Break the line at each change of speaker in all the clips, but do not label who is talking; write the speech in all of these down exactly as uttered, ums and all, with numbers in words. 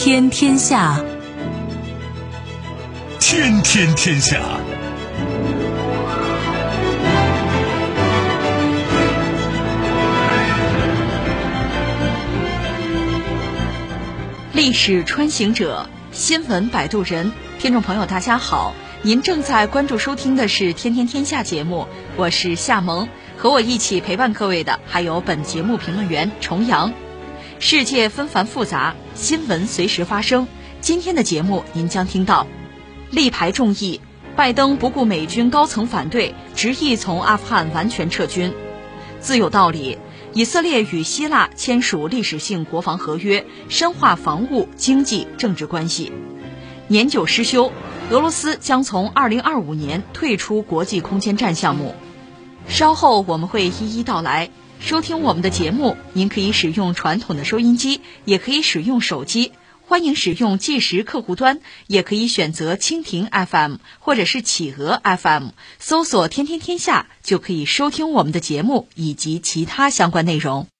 天天下，
天天天下。
历史穿行者，新闻摆渡人。听众朋友大家好，您正在关注收听的是天天天下节目，我是夏萌，和我一起陪伴各位的还有本节目评论员重阳。世界纷繁复杂，新闻随时发生。今天的节目您将听到：力排众议，拜登不顾美军高层反对，执意从阿富汗完全撤军；自有道理，以色列与希腊签署历史性国防合约，深化防务、经济、政治关系；年久失修，俄罗斯将从二零二五年退出国际空间站项目。稍后我们会一一道来。收听我们的节目，您可以使用传统的收音机，也可以使用手机，欢迎使用即时客户端，也可以选择蜻蜓 F M 或者是企鹅 F M， 搜索天天天下就可以收听我们的节目以及其他相关内容。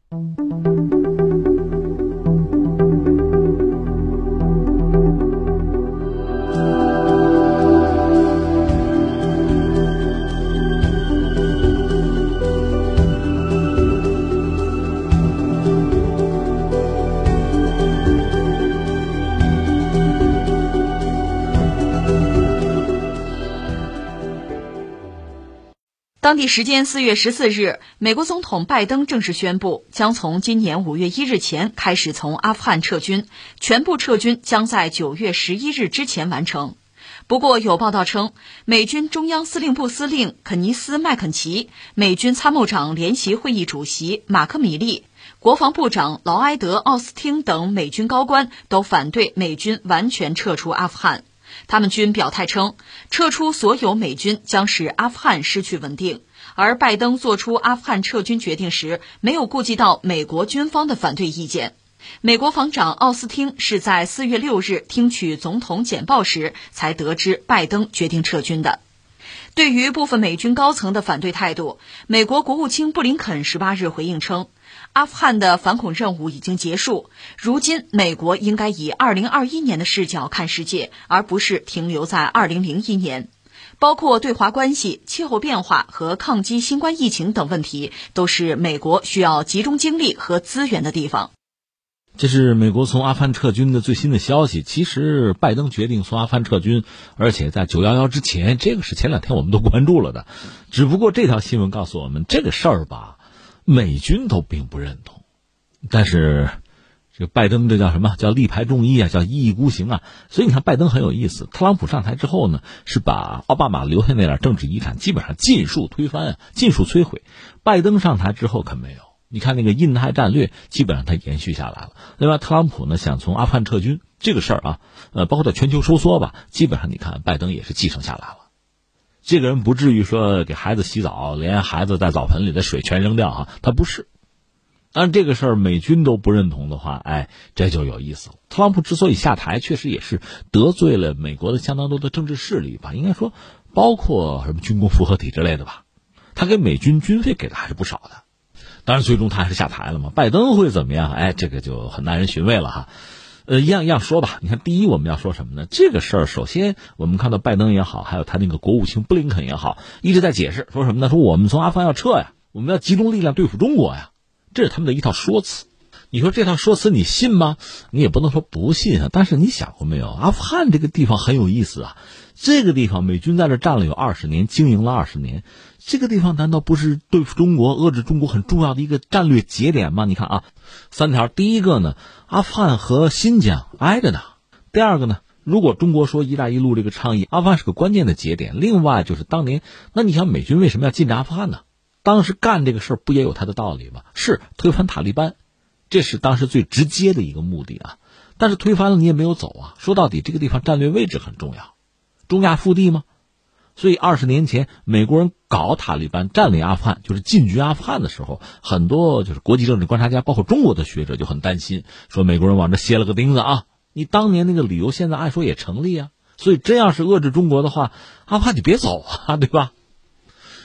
当地时间四月十四日，美国总统拜登正式宣布，将从今年五月一日前开始从阿富汗撤军，全部撤军将在九月十一日之前完成。不过有报道称，美军中央司令部司令肯尼斯·麦肯齐、美军参谋长联席会议主席马克·米利、国防部长劳埃德·奥斯汀等美军高官都反对美军完全撤出阿富汗。他们均表态称，撤出所有美军将使阿富汗失去稳定，而拜登做出阿富汗撤军决定时，没有顾及到美国军方的反对意见。美国防长奥斯汀是在四月六日听取总统简报时才得知拜登决定撤军的。对于部分美军高层的反对态度，美国国务卿布林肯十八日回应称，阿富汗的反恐任务已经结束，如今美国应该以二零二一年的视角看世界，而不是停留在二零零一年。包括对华关系、气候变化和抗击新冠疫情等问题，都是美国需要集中精力和资源的地方。
这是美国从阿富汗撤军的最新的消息。其实拜登决定从阿富汗撤军，而且在九一一之前，这个是前两天我们都关注了的。只不过这条新闻告诉我们，这个事儿吧，美军都并不认同。但是这拜登这叫什么？叫力排众议啊，叫一意孤行啊。所以你看拜登很有意思，特朗普上台之后呢，是把奥巴马留下那点政治遗产基本上尽数推翻啊，尽数摧毁。拜登上台之后可没有。你看那个印太战略基本上它延续下来了。另外特朗普呢想从阿富汗撤军这个事儿啊，呃，包括在全球收缩吧，基本上你看拜登也是继承下来了。这个人不至于说给孩子洗澡，连孩子在澡盆里的水全扔掉哈，他不是。但这个事儿美军都不认同的话，哎，这就有意思了。特朗普之所以下台，确实也是得罪了美国的相当多的政治势力吧，应该说包括什么军工复合体之类的吧。他给美军军费给的还是不少的。当然最终他还是下台了嘛。拜登会怎么样？哎，这个就很耐人寻味了哈。呃，一样一样说吧。你看，第一我们要说什么呢？这个事儿，首先我们看到拜登也好，还有他那个国务卿布林肯也好，一直在解释说什么呢？说我们从阿富汗要撤呀，我们要集中力量对付中国呀，这是他们的一套说辞。你说这套说辞你信吗？你也不能说不信啊。但是你想过没有，阿富汗这个地方很有意思啊。这个地方美军在这站了有二十年，经营了二十年。这个地方难道不是对付中国、遏制中国很重要的一个战略节点吗？你看啊，三条。第一个呢，阿富汗和新疆挨着呢。第二个呢，如果中国说一带一路这个倡议，阿富汗是个关键的节点。另外就是当年，那你想美军为什么要进入阿富汗呢？当时干这个事儿不也有它的道理吗？是推翻塔利班，这是当时最直接的一个目的啊。但是推翻了你也没有走啊。说到底这个地方战略位置很重要，中亚腹地吗？所以二十年前美国人搞塔利班占领阿富汗，就是进军阿富汗的时候，很多就是国际政治观察家包括中国的学者就很担心，说美国人往这歇了个钉子啊。你当年那个理由现在按说也成立啊。所以真要是遏制中国的话，阿富汗你别走啊，对吧？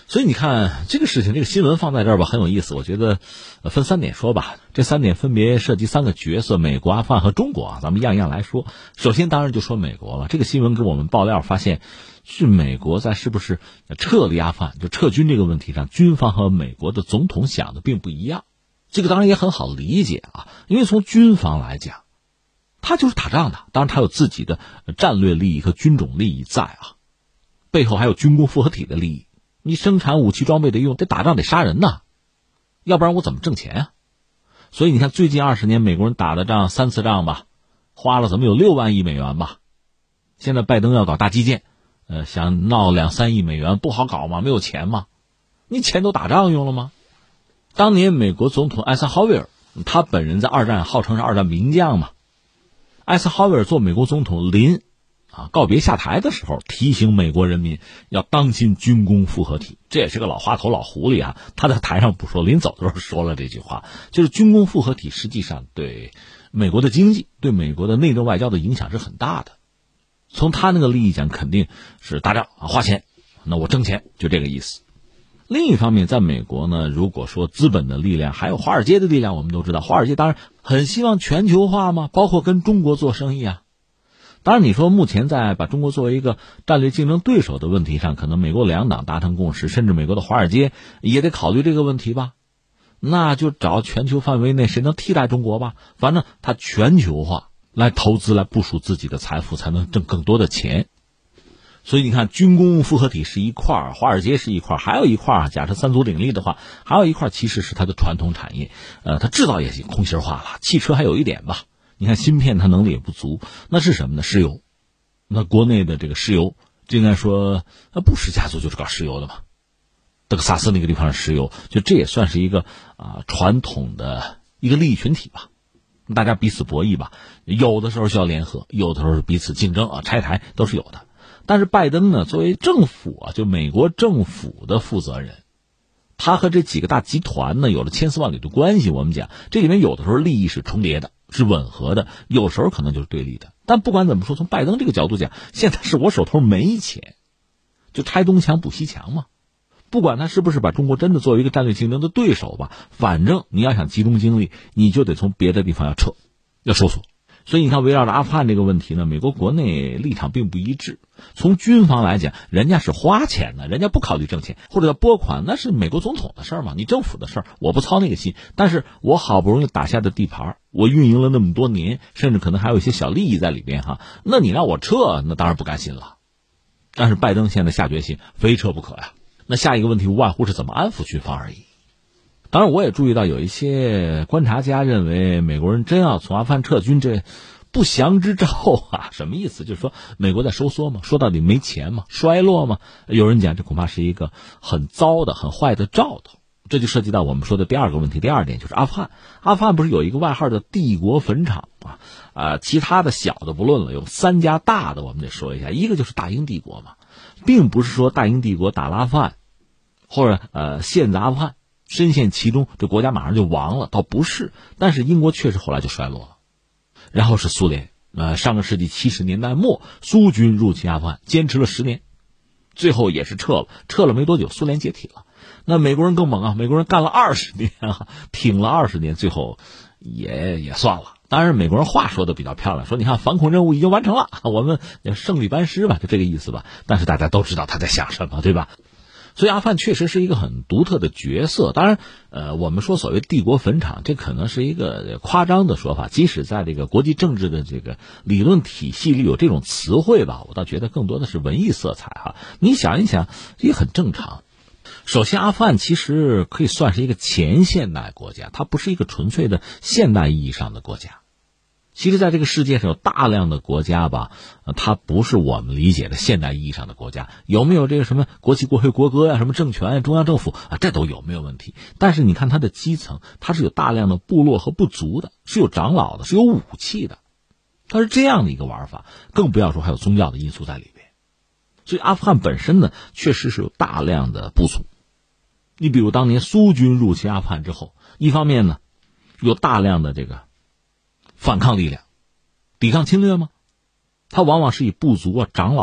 所以你看这个事情，这个新闻放在这儿吧，很有意思。我觉得，呃，分三点说吧。这三点分别涉及三个角色：美国、阿富汗和中国啊。咱们一样一样来说。首先，当然就说美国了。这个新闻给我们爆料，发现是美国在是不是撤离阿富汗，就撤军这个问题上，军方和美国的总统想的并不一样。这个当然也很好理解啊，因为从军方来讲，他就是打仗的，当然他有自己的战略利益和军种利益在啊，背后还有军工复合体的利益。你生产武器装备得用，得打仗得杀人呐，要不然我怎么挣钱啊？所以你看，最近二十年美国人打的仗三次仗吧，花了怎么有六万亿美元吧？现在拜登要搞大基建，呃，想闹两三亿美元，不好搞吗？没有钱吗？你钱都打仗用了吗？当年美国总统艾森豪威尔，他本人在二战号称是二战名将嘛。艾森豪威尔做美国总统临啊告别下台的时候，提醒美国人民要当心军工复合体。这也是个老花头老狐狸啊，他在台上不说，临走的时候说了这句话，就是军工复合体实际上对美国的经济、对美国的内政外交的影响是很大的。从他那个利益讲，肯定是打仗啊，花钱，那我挣钱，就这个意思。另一方面，在美国呢，如果说资本的力量还有华尔街的力量，我们都知道华尔街当然很希望全球化嘛，包括跟中国做生意啊。当然你说目前在把中国作为一个战略竞争对手的问题上，可能美国两党达成共识，甚至美国的华尔街也得考虑这个问题吧，那就找全球范围内谁能替代中国吧，反正它全球化来投资，来部署自己的财富，才能挣更多的钱。所以你看，军工复合体是一块，华尔街是一块，还有一块，假设三足鼎立的话，还有一块其实是它的传统产业，呃，它制造业空心化了，汽车还有一点吧。你看芯片它能力也不足，那是什么呢？石油。那国内的这个石油，应该说，呃，布什家族就是搞石油的嘛，德克萨斯那个地方的石油，就这也算是一个啊、呃、传统的一个利益群体吧。大家彼此博弈吧，有的时候需要联合，有的时候是彼此竞争啊，拆台都是有的。但是拜登呢，作为政府啊，就美国政府的负责人，他和这几个大集团呢有了千丝万缕的关系。我们讲这里面有的时候利益是重叠的，是吻合的，有时候可能就是对立的。但不管怎么说，从拜登这个角度讲，现在是我手头没钱，就拆东墙补西墙嘛。不管他是不是把中国真的作为一个战略竞争的对手吧，反正你要想集中精力，你就得从别的地方要撤，要收缩。所以你看，围绕着阿富汗这个问题呢，美国国内立场并不一致。从军方来讲，人家是花钱的，人家不考虑挣钱或者要拨款，那是美国总统的事儿嘛，你政府的事儿，我不操那个心。但是我好不容易打下的地盘，我运营了那么多年，甚至可能还有一些小利益在里边哈，那你让我撤，那当然不甘心了。但是拜登现在下决心，非撤不可呀。那下一个问题无外乎是怎么安抚军方而已。当然我也注意到有一些观察家认为，美国人真要从阿富汗撤军，这不祥之兆啊。什么意思？就是说美国在收缩嘛，说到底没钱嘛，衰落嘛。有人讲这恐怕是一个很糟的很坏的兆头。这就涉及到我们说的第二个问题，第二点就是阿富汗。阿富汗不是有一个外号的帝国坟场啊？啊，其他的小的不论了，有三家大的我们得说一下。一个就是大英帝国嘛，并不是说大英帝国打了阿富汗或者呃陷在阿富汗深陷其中，这国家马上就亡了，倒不是。但是英国确实后来就衰落了。然后是苏联，呃，上个世纪七十年代末，苏军入侵阿富汗，坚持了十年，最后也是撤了，撤了没多久，苏联解体了。那美国人更猛啊，美国人干了二十年啊，挺了二十年，最后也也算了。当然，美国人话说的比较漂亮，说你看反恐任务已经完成了，我们胜利班师吧，就这个意思吧。但是大家都知道他在想什么，对吧？所以阿富汗确实是一个很独特的角色。当然，呃，我们说所谓帝国坟场，这可能是一个夸张的说法。即使在这个国际政治的这个理论体系里有这种词汇吧，我倒觉得更多的是文艺色彩哈。你想一想，也很正常。首先，阿富汗其实可以算是一个前现代国家，它不是一个纯粹的现代意义上的国家。其实在这个世界上有大量的国家吧，呃，它不是我们理解的现代意义上的国家。有没有这个什么国旗国徽国歌呀、啊、什么政权、中央政府啊，这都有，没有问题。但是你看它的基层，它是有大量的部落和部族的，是有长老的，是有武器的，它是这样的一个玩法，更不要说还有宗教的因素在里边。所以阿富汗本身呢，确实是有大量的不足。你比如当年苏军入侵阿富汗之后，一方面呢，有大量的这个反抗力量，抵抗侵略吗？它往往是以部族啊、长老啊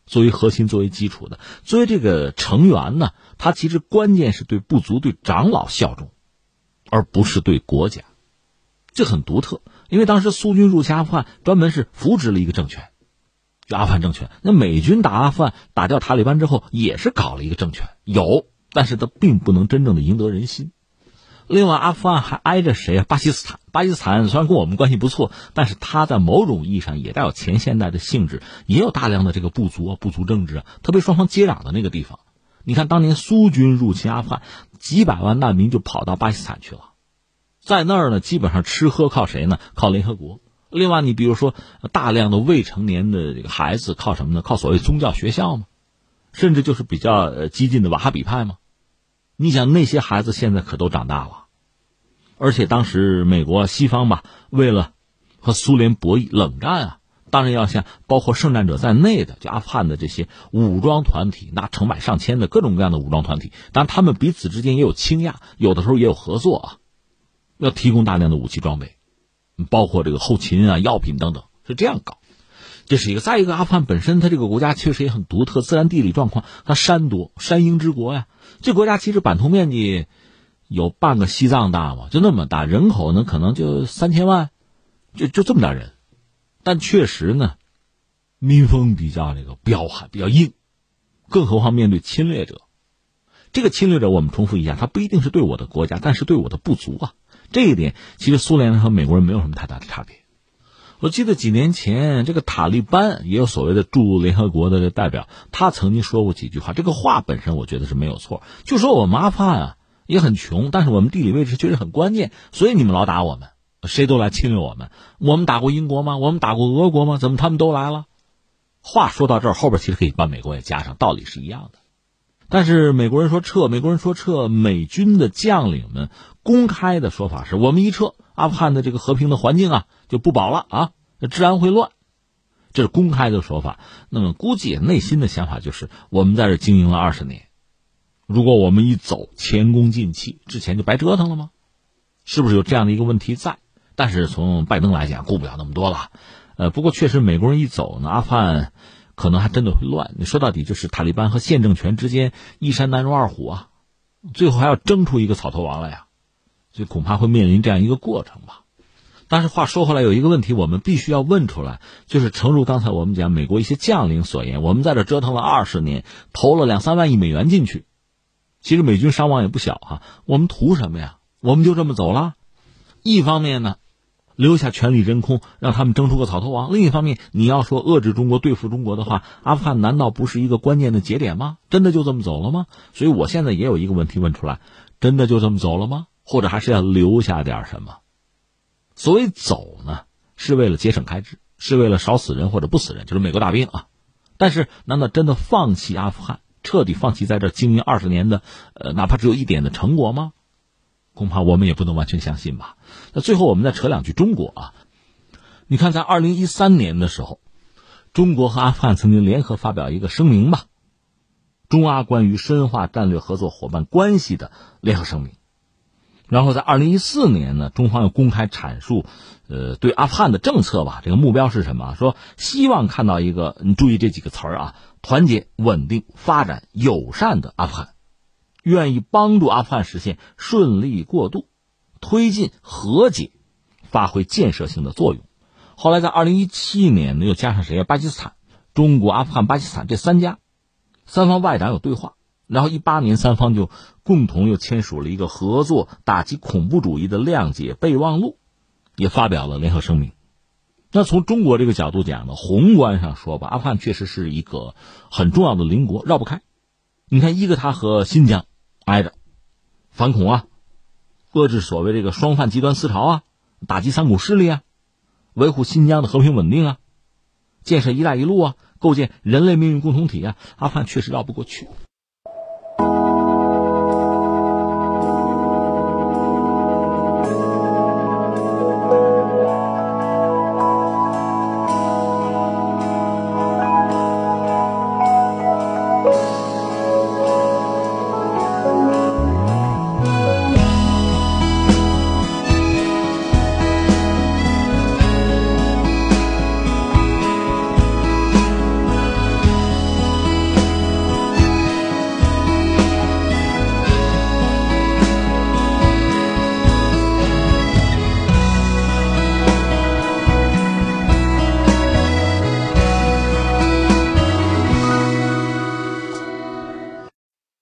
作为核心、作为基础的。作为这个成员呢，他其实关键是对部族、对长老效忠，而不是对国家。这很独特，因为当时苏军入侵阿富汗，专门是扶植了一个政权，就阿富汗政权。那美军打阿富汗打掉塔利班之后，也是搞了一个政权，有，但是他并不能真正的赢得人心。另外，阿富汗还挨着谁啊？巴基斯坦。巴基斯坦虽然跟我们关系不错，但是它在某种意义上也带有前现代的性质，也有大量的这个部族啊、部族政治啊，特别双方接壤的那个地方。你看，当年苏军入侵阿富汗，几百万难民就跑到巴基斯坦去了。在那儿呢，基本上吃喝靠谁呢？靠联合国。另外，你比如说大量的未成年的这个孩子靠什么呢？靠所谓宗教学校嘛，甚至就是比较呃激进的瓦哈比派嘛。你想那些孩子现在可都长大了，而且当时美国西方吧，为了和苏联博弈冷战啊，当然要像包括圣战者在内的就阿富汗的这些武装团体，那成百上千的各种各样的武装团体，当然他们彼此之间也有倾轧，有的时候也有合作啊。要提供大量的武器装备，包括这个后勤啊、药品等等，是这样搞。这是一个。再一个，阿富汗本身它这个国家确实也很独特，自然地理状况，它山多，山鹰之国呀。这国家其实版图面积有半个西藏大嘛，就那么大，人口呢可能就三千万，就就这么点人。但确实呢，民风比较这个彪悍，比较硬，更何况面对侵略者。这个侵略者我们重复一下，他不一定是对我的国家，但是对我的部族啊。这一点其实苏联人和美国人没有什么太大的差别。我记得几年前这个塔利班也有所谓的驻联合国的代表，他曾经说过几句话，这个话本身我觉得是没有错，就说我们阿富汗啊也很穷，但是我们地理位置确实很关键，所以你们老打我们，谁都来侵略我们。我们打过英国吗？我们打过俄国吗？怎么他们都来了？话说到这儿，后边其实可以把美国也加上，道理是一样的。但是美国人说撤，美国人说撤，美军的将领们公开的说法是，我们一撤，阿富汗的这个和平的环境啊就不保了啊，治安会乱，这是公开的说法。那么估计内心的想法就是，我们在这经营了二十年，如果我们一走，前功尽弃，之前就白折腾了吗？是不是有这样的一个问题在？但是从拜登来讲，顾不了那么多了。呃，不过确实美国人一走呢，阿富汗可能还真的会乱。你说到底就是塔利班和现政权之间一山难容二虎啊，最后还要争出一个草头王来呀，所以恐怕会面临这样一个过程吧。但是话说回来，有一个问题我们必须要问出来，就是诚如刚才我们讲美国一些将领所言，我们在这折腾了二十年，投了两三万亿美元进去，其实美军伤亡也不小哈，我们图什么呀？我们就这么走了？一方面呢，留下权力真空，让他们争出个草头王；另一方面，你要说遏制中国、对付中国的话，阿富汗难道不是一个关键的节点吗？真的就这么走了吗？所以我现在也有一个问题问出来，真的就这么走了吗？或者还是要留下点什么？所谓走呢，是为了节省开支，是为了少死人或者不死人，就是美国大兵啊。但是难道真的放弃阿富汗，彻底放弃在这经营二十年的呃，哪怕只有一点的成果吗？恐怕我们也不能完全相信吧。那最后我们再扯两句中国啊，你看在二零一三年的时候，中国和阿富汗曾经联合发表一个声明吧，中阿关于深化战略合作伙伴关系的联合声明。然后在二零一四年呢，中方又公开阐述呃，对阿富汗的政策吧，这个目标是什么？说希望看到一个，你注意这几个词儿啊，团结、稳定、发展、友善的阿富汗，愿意帮助阿富汗实现顺利过渡，推进和解，发挥建设性的作用。后来在二零一七年呢，又加上谁啊？巴基斯坦、中国、阿富汗、巴基斯坦这三家，三方外长有对话。然后一八年三方就共同又签署了一个合作打击恐怖主义的谅解备忘录，也发表了联合声明。那从中国这个角度讲呢，宏观上说吧，阿富汗确实是一个很重要的邻国，绕不开。你看，一个它和新疆挨着，反恐啊，遏制所谓这个双泛极端思潮啊，打击三股势力啊，维护新疆的和平稳定啊，建设一带一路啊，构建人类命运共同体啊，阿富汗确实绕不过去。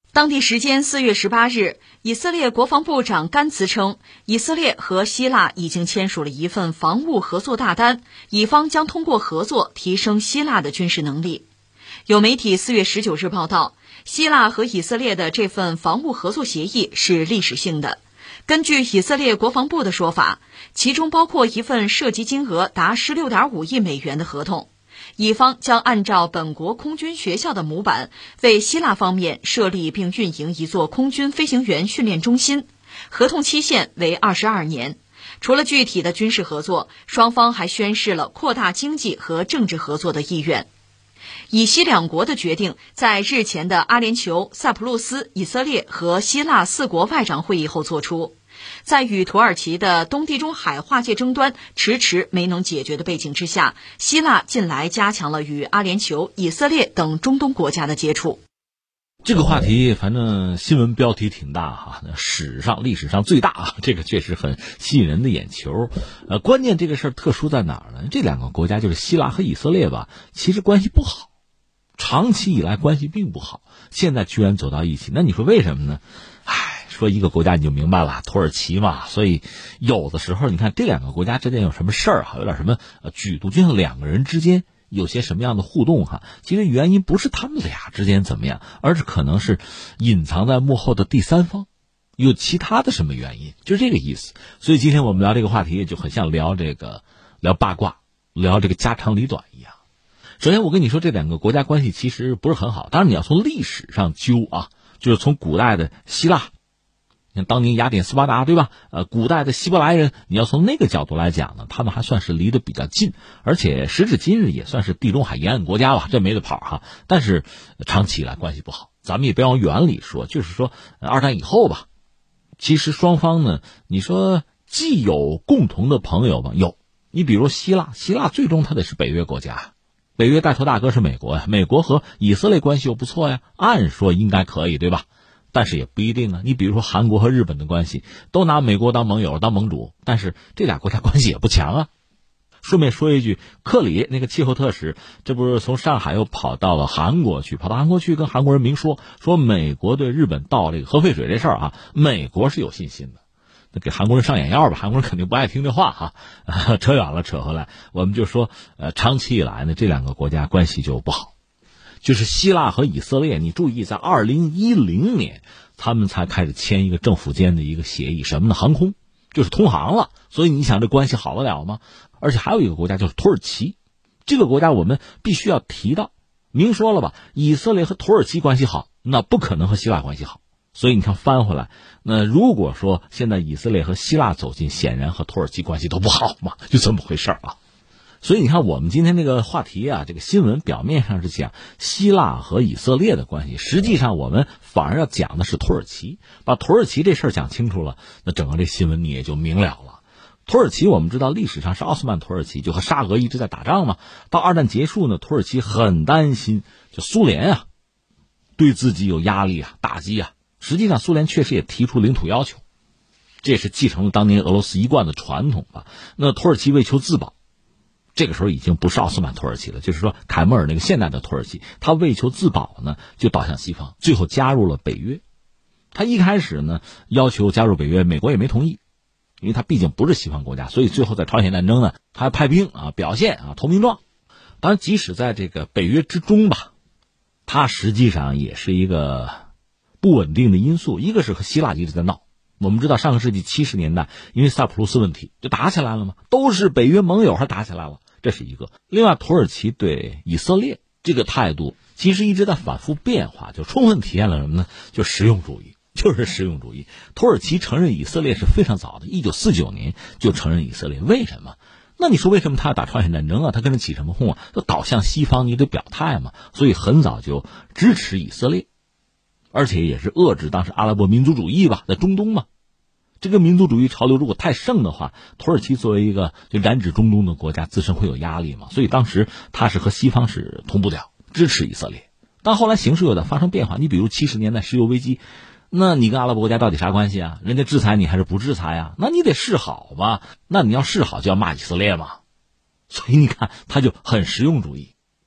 当地时间四月十八日，以色列国防部长甘茨称，以色列和希腊已经签署了一份防务合作大单，以方将通过合作提升希腊的军事能力。有媒体四月十九日报道，希腊和以色列的这份防务合作协议是历史性的。根据以色列国防部的说法，其中包括一份涉及金额达 十六点五亿美元的合同。以方将按照本国空军学校的模板，为希腊方面设立并运营一座空军飞行员训练中心，合同期限为二十二年。除了具体的军事合作，双方还宣示了扩大经济和政治合作的意愿。以希两国的决定在日前的阿联酋、塞浦路斯、以色列和希腊四国外长会议后作出。在与土耳其的东地中海划界争端迟迟没能解决的背景之下，希腊近来加强了与阿联酋、以色列等中东国家的接触。
这个话题反正新闻标题挺大哈，史上历史上最大啊，这个确实很吸引人的眼球。呃，关键这个事儿特殊在哪儿呢？这两个国家就是希腊和以色列吧，其实关系不好，长期以来关系并不好，现在居然走到一起，那你说为什么呢？唉，说一个国家你就明白了，土耳其嘛，所以有的时候你看这两个国家之间有什么事儿哈，有点什么呃举动，就像两个人之间有些什么样的互动哈，其实原因不是他们俩之间怎么样，而是可能是隐藏在幕后的第三方有其他的什么原因，就是这个意思。所以今天我们聊这个话题就很像聊这个聊八卦，聊这个家长里短一样。首先我跟你说，这两个国家关系其实不是很好，当然你要从历史上究啊，就是从古代的希腊，像当年雅典、斯巴达，对吧？呃，古代的希伯来人，你要从那个角度来讲呢，他们还算是离得比较近，而且时至今日也算是地中海沿岸国家吧，这没得跑哈。但是长期以来关系不好，咱们也不要往远里说，就是说二战以后吧，其实双方呢，你说既有共同的朋友吧，有，你比如希腊，希腊最终它得是北约国家。北约带头大哥是美国呀，美国和以色列关系又不错呀，按说应该可以，对吧？但是也不一定啊。你比如说韩国和日本的关系，都拿美国当盟友当盟主，但是这俩国家关系也不强啊。顺便说一句，克里那个气候特使，这不是从上海又跑到了韩国去，跑到韩国去跟韩国人明说，说美国对日本倒这个核废水这事儿啊，美国是有信心的。那给韩国人上眼药吧，韩国人肯定不爱听这话哈、啊。扯远了，扯回来，我们就说，呃，长期以来呢，这两个国家关系就不好。就是希腊和以色列，你注意，在二零一零年，他们才开始签一个政府间的一个协议，什么呢？航空，就是通航了。所以你想这关系好得了吗？而且还有一个国家就是土耳其，这个国家我们必须要提到，明说了吧，以色列和土耳其关系好，那不可能和希腊关系好。所以你看翻回来，那如果说现在以色列和希腊走近，显然和土耳其关系都不好嘛，就这么回事啊。所以你看我们今天这个话题啊，这个新闻表面上是讲希腊和以色列的关系，实际上我们反而要讲的是土耳其。把土耳其这事儿讲清楚了，那整个这新闻你也就明了了。土耳其我们知道历史上是奥斯曼土耳其，就和沙俄一直在打仗嘛。到二战结束呢，土耳其很担心就苏联啊对自己有压力啊打击啊。实际上苏联确实也提出领土要求，这也是继承了当年俄罗斯一贯的传统吧。那土耳其为求自保，这个时候已经不是奥斯曼土耳其了，就是说凯末尔那个现代的土耳其，他为求自保呢，就倒向西方，最后加入了北约。他一开始呢要求加入北约，美国也没同意，因为他毕竟不是西方国家，所以最后在朝鲜战争呢，他还派兵啊表现啊投名状。当然，即使在这个北约之中吧，他实际上也是一个不稳定的因素。一个是和希腊一直在闹，我们知道上个世纪七十年代因为塞浦路斯问题就打起来了嘛，都是北约盟友还打起来了，这是一个。另外土耳其对以色列这个态度其实一直在反复变化，就充分体现了什么呢？就实用主义，就是实用主义。土耳其承认以色列是非常早的，一九四九年就承认以色列。为什么？那你说为什么他要打朝鲜战争啊？他跟着起什么哄啊？就倒向西方，你得表态嘛。所以很早就支持以色列，而且也是遏制当时阿拉伯民族主义吧，在中东嘛。这个民族主义潮流如果太盛的话，土耳其作为一个就染指中东的国家，自身会有压力嘛。所以当时他是和西方是同步调，支持以色列。但后来形势有点发生变化，你比如七十年代石油危机，那你跟阿拉伯国家到底啥关系啊？人家制裁你还是不制裁啊？那你得示好嘛。那你要示好就要骂以色列嘛。所以你看他就很实用主义。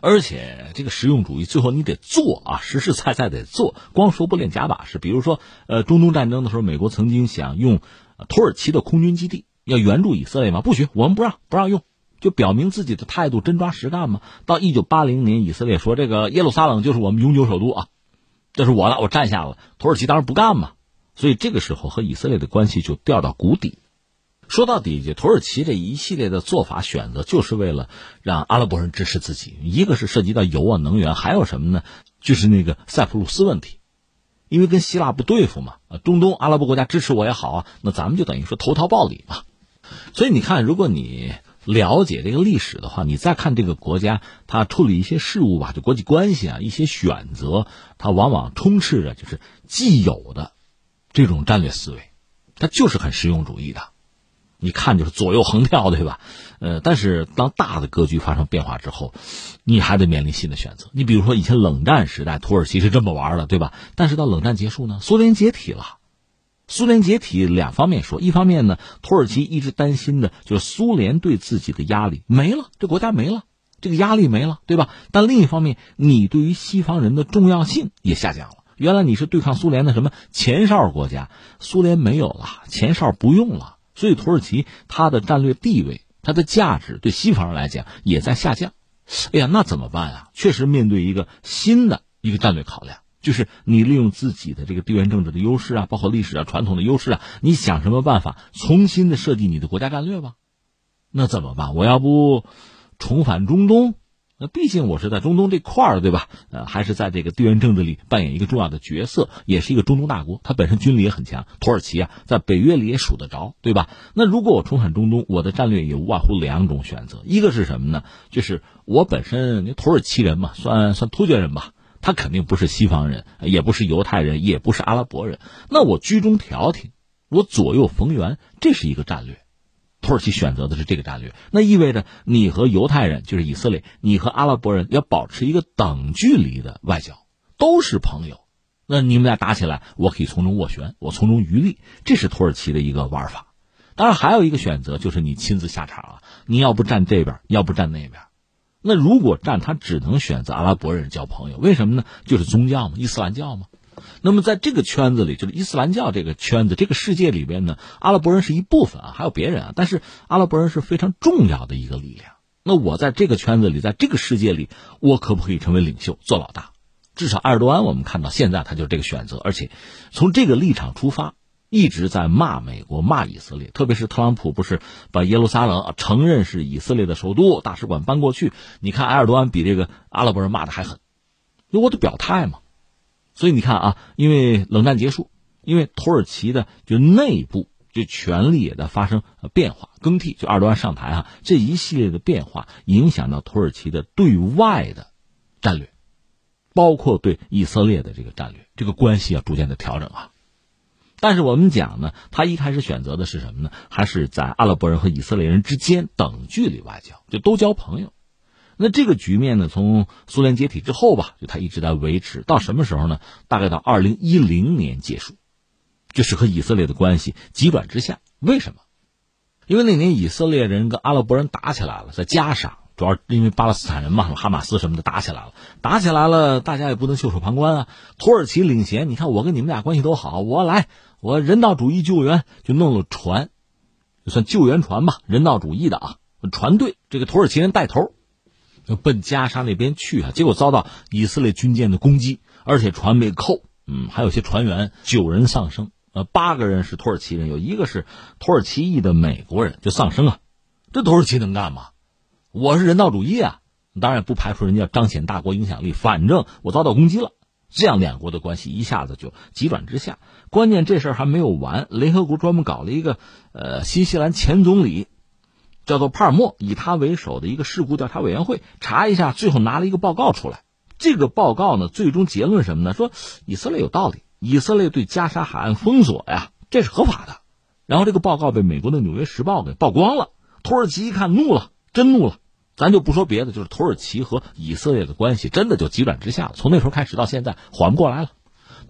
而且这个实用主义最后你得做啊，实实在在得做，光说不练假把式。比如说，呃，中东战争的时候，美国曾经想用土耳其的空军基地要援助以色列吗？不许，我们不让，不让用，就表明自己的态度，真抓实干嘛。到一九八零年，以色列说这个耶路撒冷就是我们永久首都啊，这是我的，我占下了。土耳其当然不干嘛，所以这个时候和以色列的关系就掉到谷底。说到底，这土耳其这一系列的做法选择，就是为了让阿拉伯人支持自己。一个是涉及到油啊、能源，还有什么呢？就是那个塞浦路斯问题，因为跟希腊不对付嘛，中东阿拉伯国家支持我也好啊，那咱们就等于说投桃报李嘛。所以你看，如果你了解这个历史的话，你再看这个国家它处理一些事务吧，就国际关系啊，一些选择，它往往充斥着就是既有的这种战略思维，它就是很实用主义的。你看就是左右横跳，对吧？呃，但是当大的格局发生变化之后，你还得面临新的选择。你比如说以前冷战时代，土耳其是这么玩的，对吧？但是到冷战结束呢，苏联解体了。苏联解体两方面说，一方面呢，土耳其一直担心的就是苏联对自己的压力没了，这国家没了，这个压力没了，对吧？但另一方面，你对于西方人的重要性也下降了。原来你是对抗苏联的什么前哨国家，苏联没有了，前哨不用了。所以土耳其它的战略地位，它的价值对西方人来讲也在下降。哎呀，那怎么办啊？确实面对一个新的一个战略考量，就是你利用自己的这个地缘政治的优势啊，包括历史啊、传统的优势啊，你想什么办法重新的设计你的国家战略吧？那怎么办？我要不重返中东？那毕竟我是在中东这块儿，对吧？呃，还是在这个地缘政治里扮演一个重要的角色，也是一个中东大国，它本身军力也很强。土耳其啊，在北约里也数得着，对吧？那如果我重返中东，我的战略也无外乎两种选择，一个是什么呢？就是我本身土耳其人嘛，算算突厥人吧，他肯定不是西方人，也不是犹太人，也不是阿拉伯人。那我居中调停，我左右逢源，这是一个战略。土耳其选择的是这个战略，那意味着你和犹太人，就是以色列，你和阿拉伯人要保持一个等距离的外交，都是朋友。那你们俩打起来，我可以从中斡旋，我从中渔利，这是土耳其的一个玩法。当然还有一个选择，就是你亲自下场啊，你要不站这边，要不站那边。那如果站，他只能选择阿拉伯人交朋友，为什么呢？就是宗教嘛，伊斯兰教嘛。那么在这个圈子里，就是伊斯兰教这个圈子，这个世界里边呢，阿拉伯人是一部分啊，还有别人啊，但是阿拉伯人是非常重要的一个力量。那我在这个圈子里，在这个世界里，我可不可以成为领袖，做老大？至少埃尔多安我们看到现在他就是这个选择，而且从这个立场出发，一直在骂美国、骂以色列，特别是特朗普不是把耶路撒冷承认是以色列的首都，大使馆搬过去，你看埃尔多安比这个阿拉伯人骂的还狠，因为我的表态嘛。所以你看啊，因为冷战结束，因为土耳其的就内部就权力也在发生变化更替，就埃尔多安上台啊，这一系列的变化影响到土耳其的对外的战略，包括对以色列的这个战略，这个关系要逐渐的调整啊。但是我们讲呢，他一开始选择的是什么呢？还是在阿拉伯人和以色列人之间等距离外交，就都交朋友。那这个局面呢，从苏联解体之后吧，就他一直在维持，到什么时候呢？大概到二零一零年结束，就是和以色列的关系急转直下。为什么？因为那年以色列人跟阿拉伯人打起来了，再加上主要因为巴勒斯坦人嘛，哈马斯什么的打起来了，打起来了，大家也不能袖手旁观啊。土耳其领衔，你看我跟你们俩关系都好，我来，我人道主义救援，就弄了船，就算救援船吧，人道主义的啊，船队，这个土耳其人带头。就奔加沙那边去啊，结果遭到以色列军舰的攻击，而且船被扣，嗯，还有些船员九人丧生，呃，八个人是土耳其人，有一个是土耳其裔的美国人，就丧生啊。这土耳其能干嘛？我是人道主义啊，当然不排除人家彰显大国影响力，反正我遭到攻击了，这样两国的关系一下子就急转直下。关键这事儿还没有完，联合国专门搞了一个呃新西兰前总理。叫做帕尔默，以他为首的一个事故调查委员会查一下，最后拿了一个报告出来。这个报告呢，最终结论什么呢？说以色列有道理，以色列对加沙海岸封锁呀，这是合法的。然后这个报告被美国的《纽约时报》给曝光了，土耳其一看怒了，真怒了。咱就不说别的，就是土耳其和以色列的关系真的就急转直下了，从那时候开始到现在缓不过来了。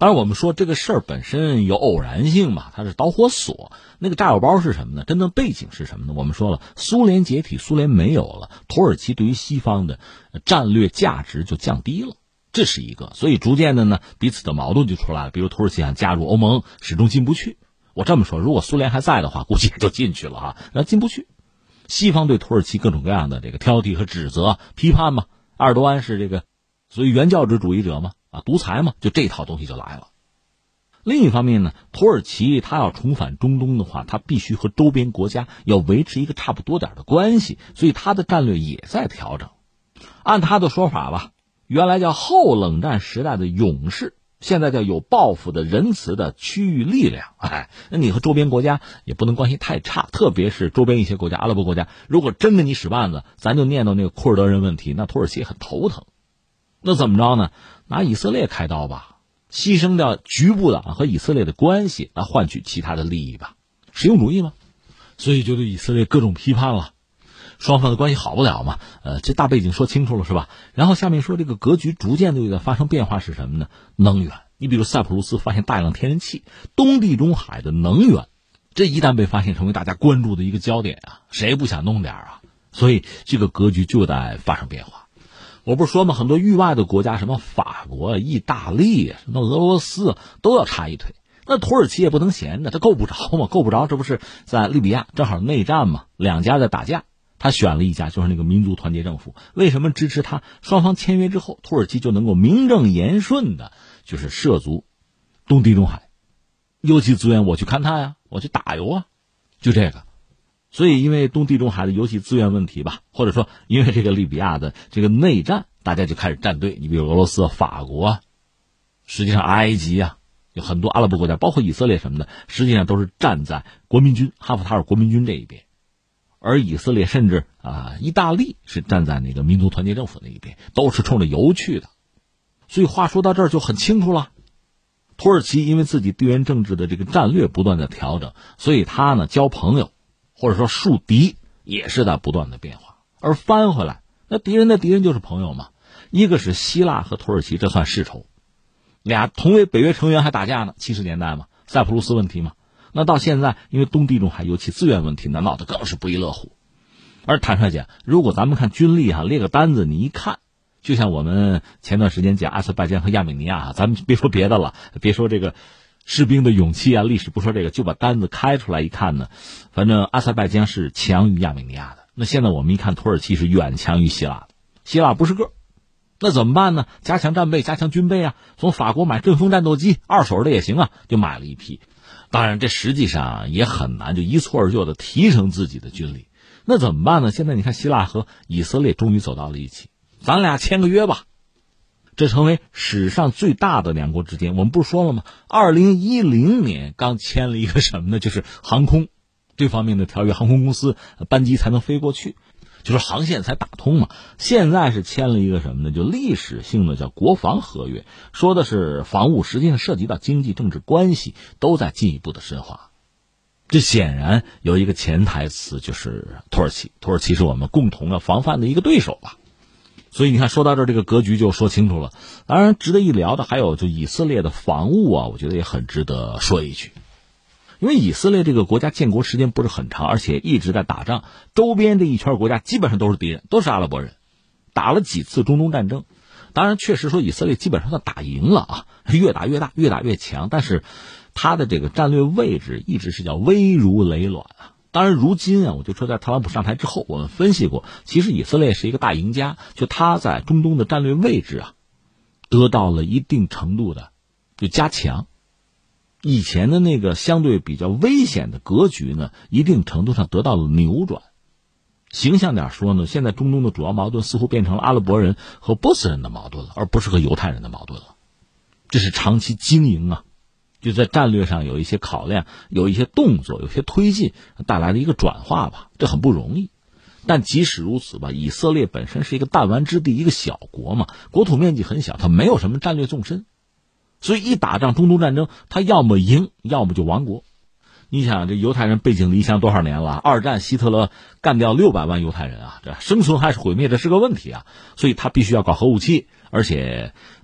当然我们说这个事儿本身有偶然性嘛，它是导火索。那个炸药包是什么呢？真正背景是什么呢？我们说了，苏联解体，苏联没有了，土耳其对于西方的战略价值就降低了，这是一个。所以逐渐的呢，彼此的矛盾就出来了。比如土耳其想加入欧盟，始终进不去。我这么说，如果苏联还在的话，估计也就进去了哈，那进不去。西方对土耳其各种各样的这个挑剔和指责、批判嘛，埃尔多安是这个所谓原教旨主义者嘛，啊，独裁嘛，就这套东西就来了。另一方面呢，土耳其他要重返中东的话，他必须和周边国家要维持一个差不多点的关系，所以他的战略也在调整。按他的说法吧，原来叫后冷战时代的勇士，现在叫有抱负的仁慈的区域力量。哎，那你和周边国家也不能关系太差，特别是周边一些国家，阿拉伯国家，如果真跟你使绊子，咱就念叨那个库尔德人问题，那土耳其也很头疼。那怎么着呢？拿以色列开刀吧，牺牲掉局部的和以色列的关系来换取其他的利益吧，实用主义吗？所以就对以色列各种批判了，双方的关系好不了嘛。呃，这大背景说清楚了是吧？然后下面说这个格局逐渐的在发生变化是什么呢？能源。你比如塞浦路斯发现大量天然气，东地中海的能源，这一旦被发现成为大家关注的一个焦点啊，谁不想弄点啊？所以这个格局就在发生变化。我不是说嘛，很多域外的国家，什么法国、意大利、什么俄罗斯都要插一腿。那土耳其也不能闲着，他够不着嘛，够不着，这不是在利比亚正好内战嘛，两家在打架，他选了一家，就是那个民族团结政府。为什么支持他？双方签约之后，土耳其就能够名正言顺的，就是涉足东地中海，油气资源我去勘探呀，我去打油啊，就这个。所以因为东地中海的油气资源问题吧，或者说因为这个利比亚的这个内战，大家就开始站队。你比如俄罗斯、法国啊，实际上埃及啊，有很多阿拉伯国家，包括以色列什么的，实际上都是站在国民军哈夫塔尔国民军这一边。而以色列甚至啊，意大利是站在那个民族团结政府那一边，都是冲着油去的。所以话说到这儿就很清楚了，土耳其因为自己地缘政治的这个战略不断的调整，所以他呢交朋友或者说树敌也是在不断的变化。而翻回来，那敌人的敌人就是朋友嘛。一个是希腊和土耳其，这算世仇，俩同为北约成员还打架呢，七十年代嘛，塞浦路斯问题嘛。那到现在因为东地中海油气资源问题，那闹得更是不亦乐乎。而坦率讲，如果咱们看军力哈，列个单子你一看，就像我们前段时间讲阿塞拜疆和亚美尼亚，咱们别说别的了，别说这个士兵的勇气啊，历史不说这个，就把单子开出来一看呢，反正阿塞拜疆是强于亚美尼亚的。那现在我们一看土耳其是远强于希腊的，希腊不是个。那怎么办呢？加强战备，加强军备啊，从法国买阵风战斗机，二手的也行啊，就买了一批。当然这实际上也很难就一蹴而就的提升自己的军力。那怎么办呢？现在你看希腊和以色列终于走到了一起，咱俩签个约吧。这成为史上最大的两国之间，我们不是说了吗？二零一零年刚签了一个什么呢？就是航空这方面的条约，航空公司班机才能飞过去，就是航线才打通嘛。现在是签了一个什么呢？就历史性的叫国防合约，说的是防务，实际上涉及到经济政治关系都在进一步的深化。这显然有一个潜台词，就是土耳其，土耳其是我们共同要防范的一个对手吧。所以你看，说到这儿，这个格局就说清楚了。当然值得一聊的还有就以色列的防务啊，我觉得也很值得说一句。因为以色列这个国家建国时间不是很长，而且一直在打仗，周边这一圈国家基本上都是敌人，都是阿拉伯人，打了几次中东战争。当然确实说以色列基本上他打赢了啊，越打越大，越打越强，但是他的这个战略位置一直是叫危如累卵啊。当然如今啊，我就说在特朗普上台之后，我们分析过，其实以色列是一个大赢家，就他在中东的战略位置啊得到了一定程度的就加强。以前的那个相对比较危险的格局呢，一定程度上得到了扭转。形象点说呢，现在中东的主要矛盾似乎变成了阿拉伯人和波斯人的矛盾了，而不是和犹太人的矛盾了。这是长期经营啊，就在战略上有一些考量，有一些动作，有些推进，带来的一个转化吧，这很不容易。但即使如此吧，以色列本身是一个弹丸之地，一个小国嘛，国土面积很小，它没有什么战略纵深，所以一打仗中东战争，它要么赢，要么就亡国。你想这犹太人背井离乡多少年了？二战希特勒干掉六百万犹太人啊，这生存还是毁灭这是个问题啊，所以他必须要搞核武器，而且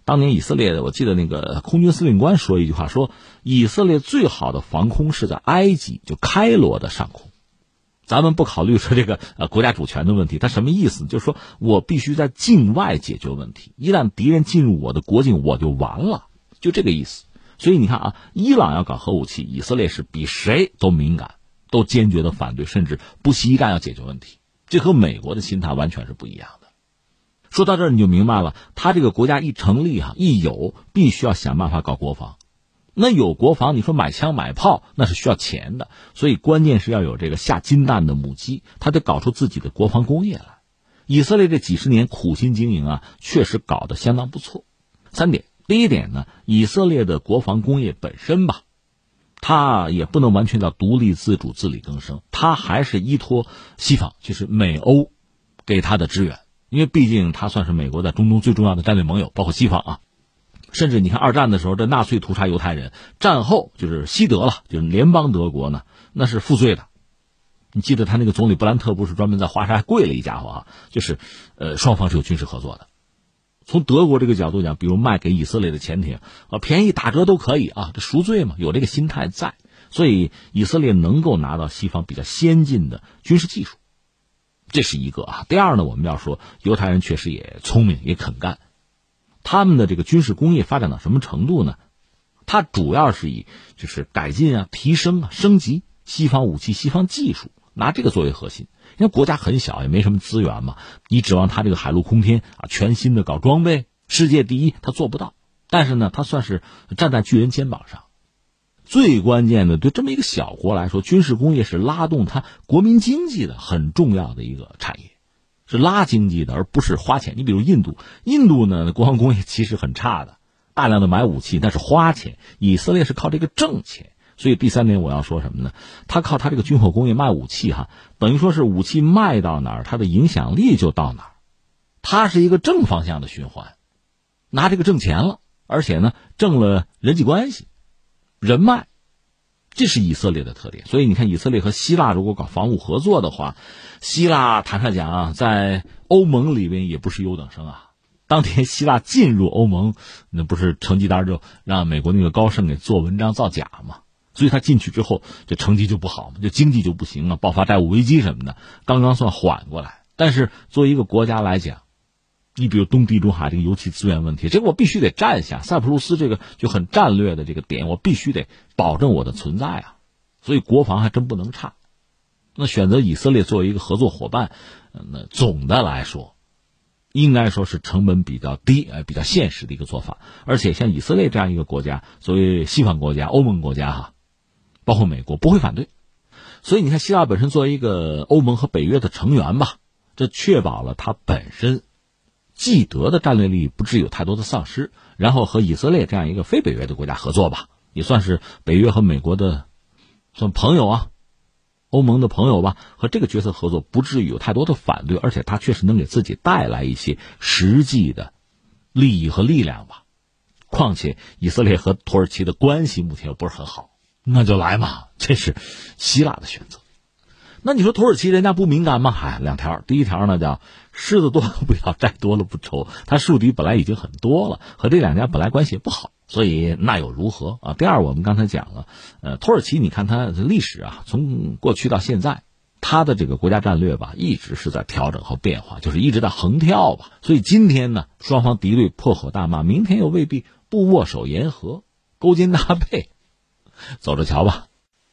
当年以色列的，我记得那个空军司令官说一句话，说以色列最好的防空是在埃及，就开罗的上空。咱们不考虑说这个呃国家主权的问题，它什么意思？就是说我必须在境外解决问题，一旦敌人进入我的国境，我就完了，就这个意思。所以你看啊，伊朗要搞核武器，以色列是比谁都敏感，都坚决的反对，甚至不惜一战要解决问题。这和美国的心态完全是不一样的。说到这儿你就明白了，他这个国家一成立哈，一有必须要想办法搞国防。那有国防，你说买枪买炮那是需要钱的，所以关键是要有这个下金蛋的母鸡，他得搞出自己的国防工业来。以色列这几十年苦心经营啊，确实搞得相当不错。三点，第一点呢，以色列的国防工业本身吧，它也不能完全叫独立自主自力更生，它还是依托西方，就是美欧给它的支援，因为毕竟它算是美国在中东最重要的战略盟友，包括西方啊。甚至你看二战的时候，这纳粹屠杀犹太人，战后就是西德了，就是联邦德国呢，那是负罪的。你记得他那个总理布兰特不是专门在华沙还跪了一家伙啊，就是呃双方是有军事合作的。从德国这个角度讲，比如卖给以色列的潜艇啊，便宜打折都可以啊，这赎罪嘛，有这个心态在，所以以色列能够拿到西方比较先进的军事技术，这是一个啊。第二呢，我们要说犹太人确实也聪明也肯干。他们的这个军事工业发展到什么程度呢？它主要是以就是改进啊、提升啊、升级西方武器、西方技术，拿这个作为核心。因为国家很小，也没什么资源嘛，你指望它这个海陆空天啊，全新的搞装备，世界第一，它做不到。但是呢，它算是站在巨人肩膀上。最关键的，对这么一个小国来说，军事工业是拉动它国民经济的很重要的一个产业。是拉经济的，而不是花钱。你比如印度，印度呢国防工业其实很差的，大量的买武器那是花钱，以色列是靠这个挣钱。所以第三点我要说什么呢？他靠他这个军火工业卖武器哈，等于说是武器卖到哪儿，他的影响力就到哪儿。它是一个正方向的循环，拿这个挣钱了，而且呢挣了人际关系、人脉。这是以色列的特点。所以你看以色列和希腊如果搞防务合作的话，希腊坦率讲啊，在欧盟里边也不是优等生啊。当年希腊进入欧盟，那不是成绩单就让美国那个高盛给做文章造假嘛？所以他进去之后，这成绩就不好嘛，就经济就不行啊，爆发债务危机什么的，刚刚算缓过来。但是作为一个国家来讲，你比如东地中海这个油气资源问题，这个我必须得占下。塞浦路斯这个就很战略的这个点，我必须得保证我的存在啊。所以国防还真不能差。那选择以色列作为一个合作伙伴，那总的来说，应该说是成本比较低，呃，比较现实的一个做法。而且像以色列这样一个国家，作为西方国家、欧盟国家哈，包括美国不会反对。所以你看，希腊本身作为一个欧盟和北约的成员吧，这确保了它本身既得的战略利益不至于有太多的丧失，然后和以色列这样一个非北约的国家合作吧，也算是北约和美国的算朋友啊，欧盟的朋友吧，和这个角色合作不至于有太多的反对，而且它确实能给自己带来一些实际的利益和力量吧。况且以色列和土耳其的关系目前又不是很好，那就来嘛，这是希腊的选择。那你说土耳其人家不敏感吗？哎，两条。第一条呢叫狮子多了不咬，债多了不愁。他树敌本来已经很多了，和这两家本来关系也不好，所以那又如何啊？第二，我们刚才讲了，呃，土耳其你看它的历史啊，从过去到现在，它的这个国家战略吧，一直是在调整和变化，就是一直在横跳吧。所以今天呢，双方敌对破口大骂，明天又未必不握手言和，勾肩搭背，走着瞧吧。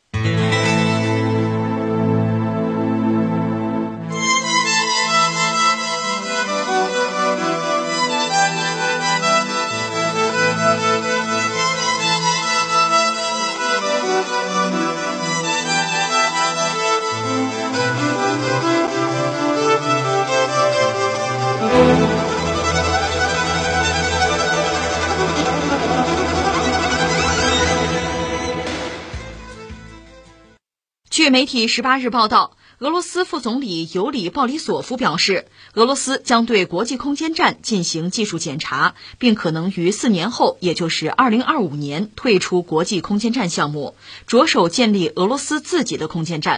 据媒体十八日报道，俄罗斯副总理尤里·鲍里索夫表示，俄罗斯将对国际空间站进行技术检查，并可能于四年后，也就是二零二五年退出国际空间站项目，着手建立俄罗斯自己的空间站。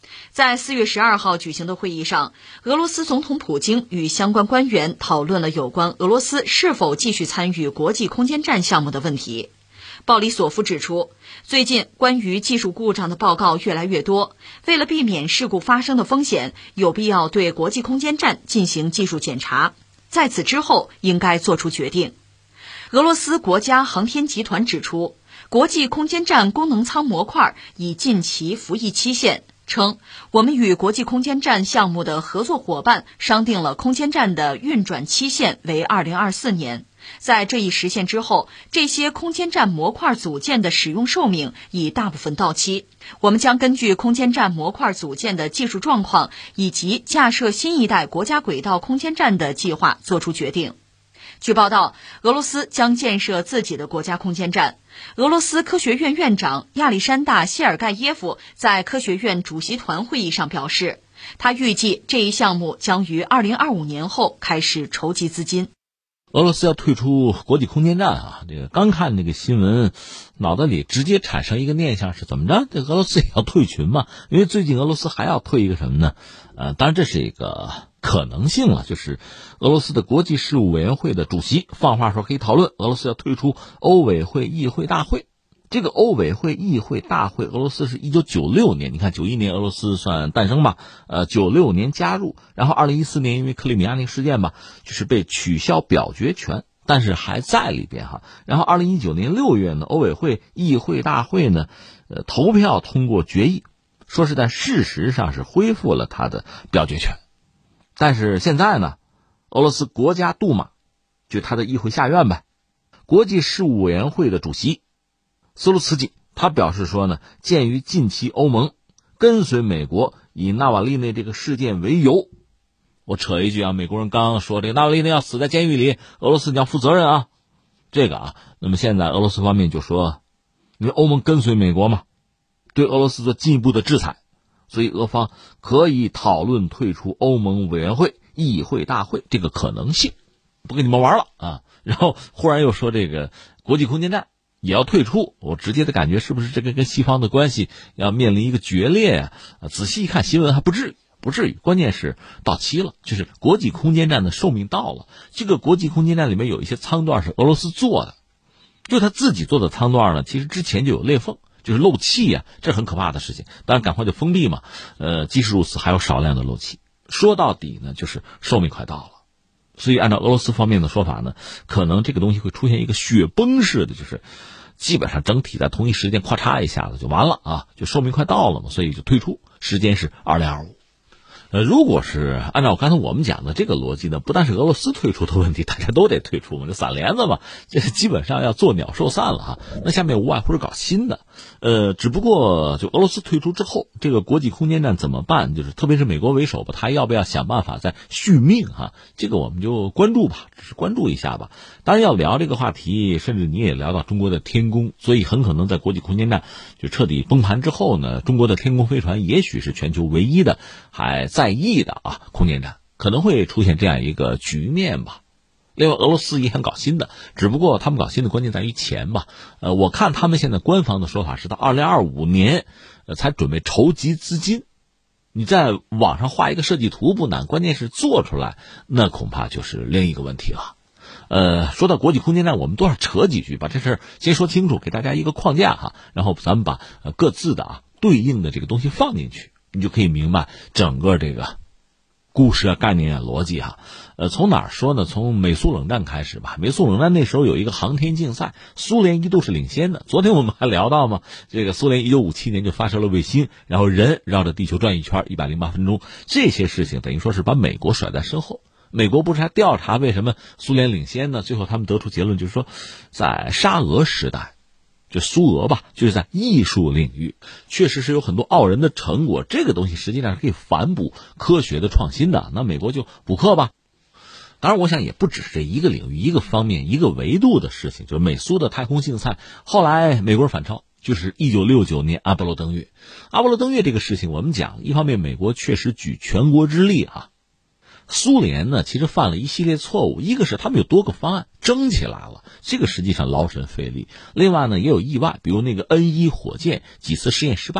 在四月十二号举行的会议上，俄罗斯总统普京与相关官员讨论了有关俄罗斯是否继续参与国际空间站项目的问题。鲍里索夫指出，最近关于技术故障的报告越来越多，为了避免事故发生的风险，有必要对国际空间站进行技术检查，在此之后应该做出决定。俄罗斯国家航天集团指出，国际空间站功能舱模块已近期服役期限，称我们与国际空间站项目的合作伙伴商定了空间站的运转期限为二零二四年。在这一实现之后，这些空间站模块组件的使用寿命已大部分到期。我们将根据空间站模块组件的技术状况以及架设新一代国家轨道空间站的计划做出决定。据报道，俄罗斯将建设自己的国家空间站。俄罗斯科学院院长亚历山大·谢尔盖耶夫在科学院主席团会议上表示，他预计这一项目将于二零二五年后开始筹集资金。
俄罗斯要退出国际空间站啊，这个刚看这个新闻，脑袋里直接产生一个念想是怎么着？这俄罗斯也要退群嘛？因为最近俄罗斯还要退一个什么呢？呃，当然这是一个可能性了，就是俄罗斯的国际事务委员会的主席放话说可以讨论俄罗斯要退出欧委会议会大会。这个欧委会议会大会，俄罗斯是一九九六年，你看九一年俄罗斯算诞生吧，呃，九六年加入，然后二零一四年因为克里米亚那个事件吧，就是被取消表决权，但是还在里边哈。然后二零一九年六月呢，欧委会议会大会呢，呃，投票通过决议，说是在事实上是恢复了他的表决权，但是现在呢，俄罗斯国家杜马，就他的议会下院呗，国际事务委员会的主席斯卢茨基他表示说呢，鉴于近期欧盟跟随美国以纳瓦利内这个事件为由，我扯一句啊，美国人刚刚说这个纳瓦利内要死在监狱里，俄罗斯你要负责任啊，这个啊，那么现在俄罗斯方面就说，因为欧盟跟随美国嘛，对俄罗斯做进一步的制裁，所以俄方可以讨论退出欧盟委员会议会大会这个可能性，不跟你们玩了啊。然后忽然又说这个国际空间站也要退出，我直接的感觉是不是这个跟西方的关系要面临一个决裂啊？仔细一看新闻还不至于，不至于，关键是到期了，就是国际空间站的寿命到了。这个国际空间站里面有一些舱段是俄罗斯做的，就他自己做的舱段呢，其实之前就有裂缝，就是漏气啊，这很可怕的事情。当然赶快就封闭嘛，呃，即使如此还有少量的漏气。说到底呢，就是寿命快到了。所以按照俄罗斯方面的说法呢，可能这个东西会出现一个雪崩式的，就是基本上整体在同一时间咔嚓一下子就完了啊，就寿命快到了嘛，所以就退出，时间是二零二五。呃，如果是按照刚才我们讲的这个逻辑呢，不但是俄罗斯退出的问题，大家都得退出嘛，这散帘子嘛，这基本上要做鸟兽散了哈。那下面无外乎是搞新的，呃，只不过就俄罗斯退出之后，这个国际空间站怎么办？就是特别是美国为首吧，他要不要想办法再续命哈？这个我们就关注吧，只是关注一下吧。当然要聊这个话题，甚至你也聊到中国的天宫，所以很可能在国际空间站就彻底崩盘之后呢，中国的天宫飞船也许是全球唯一的还在役的啊空间站，可能会出现这样一个局面吧。另外俄罗斯也想搞新的，只不过他们搞新的关键在于钱吧。呃，我看他们现在官方的说法是到二零二五年呃才准备筹集资金。你在网上画一个设计图不难，关键是做出来那恐怕就是另一个问题了。呃，说到国际空间站，我们多少扯几句，把这事儿先说清楚，给大家一个框架哈，然后咱们把呃各自的啊对应的这个东西放进去，你就可以明白整个这个故事啊、概念啊、逻辑哈。呃，从哪儿说呢？从美苏冷战开始吧。美苏冷战那时候有一个航天竞赛，苏联一度是领先的。昨天我们还聊到嘛，这个苏联一九五七年就发射了卫星，然后人绕着地球转一圈一百零八分钟，这些事情等于说是把美国甩在身后。美国不是还调查为什么苏联领先呢？最后他们得出结论，就是说在沙俄时代，就苏俄吧，就是在艺术领域确实是有很多傲人的成果，这个东西实际上是可以反哺科学的创新的，那美国就补课吧。当然我想也不只是这一个领域一个方面一个维度的事情，就是美苏的太空竞赛，后来美国人反超，就是一九六九年阿波罗登月。阿波罗登月这个事情我们讲，一方面美国确实举全国之力啊，苏联呢其实犯了一系列错误，一个是他们有多个方案争起来了，这个实际上劳神费力，另外呢也有意外，比如那个 N 一 火箭几次试验失败，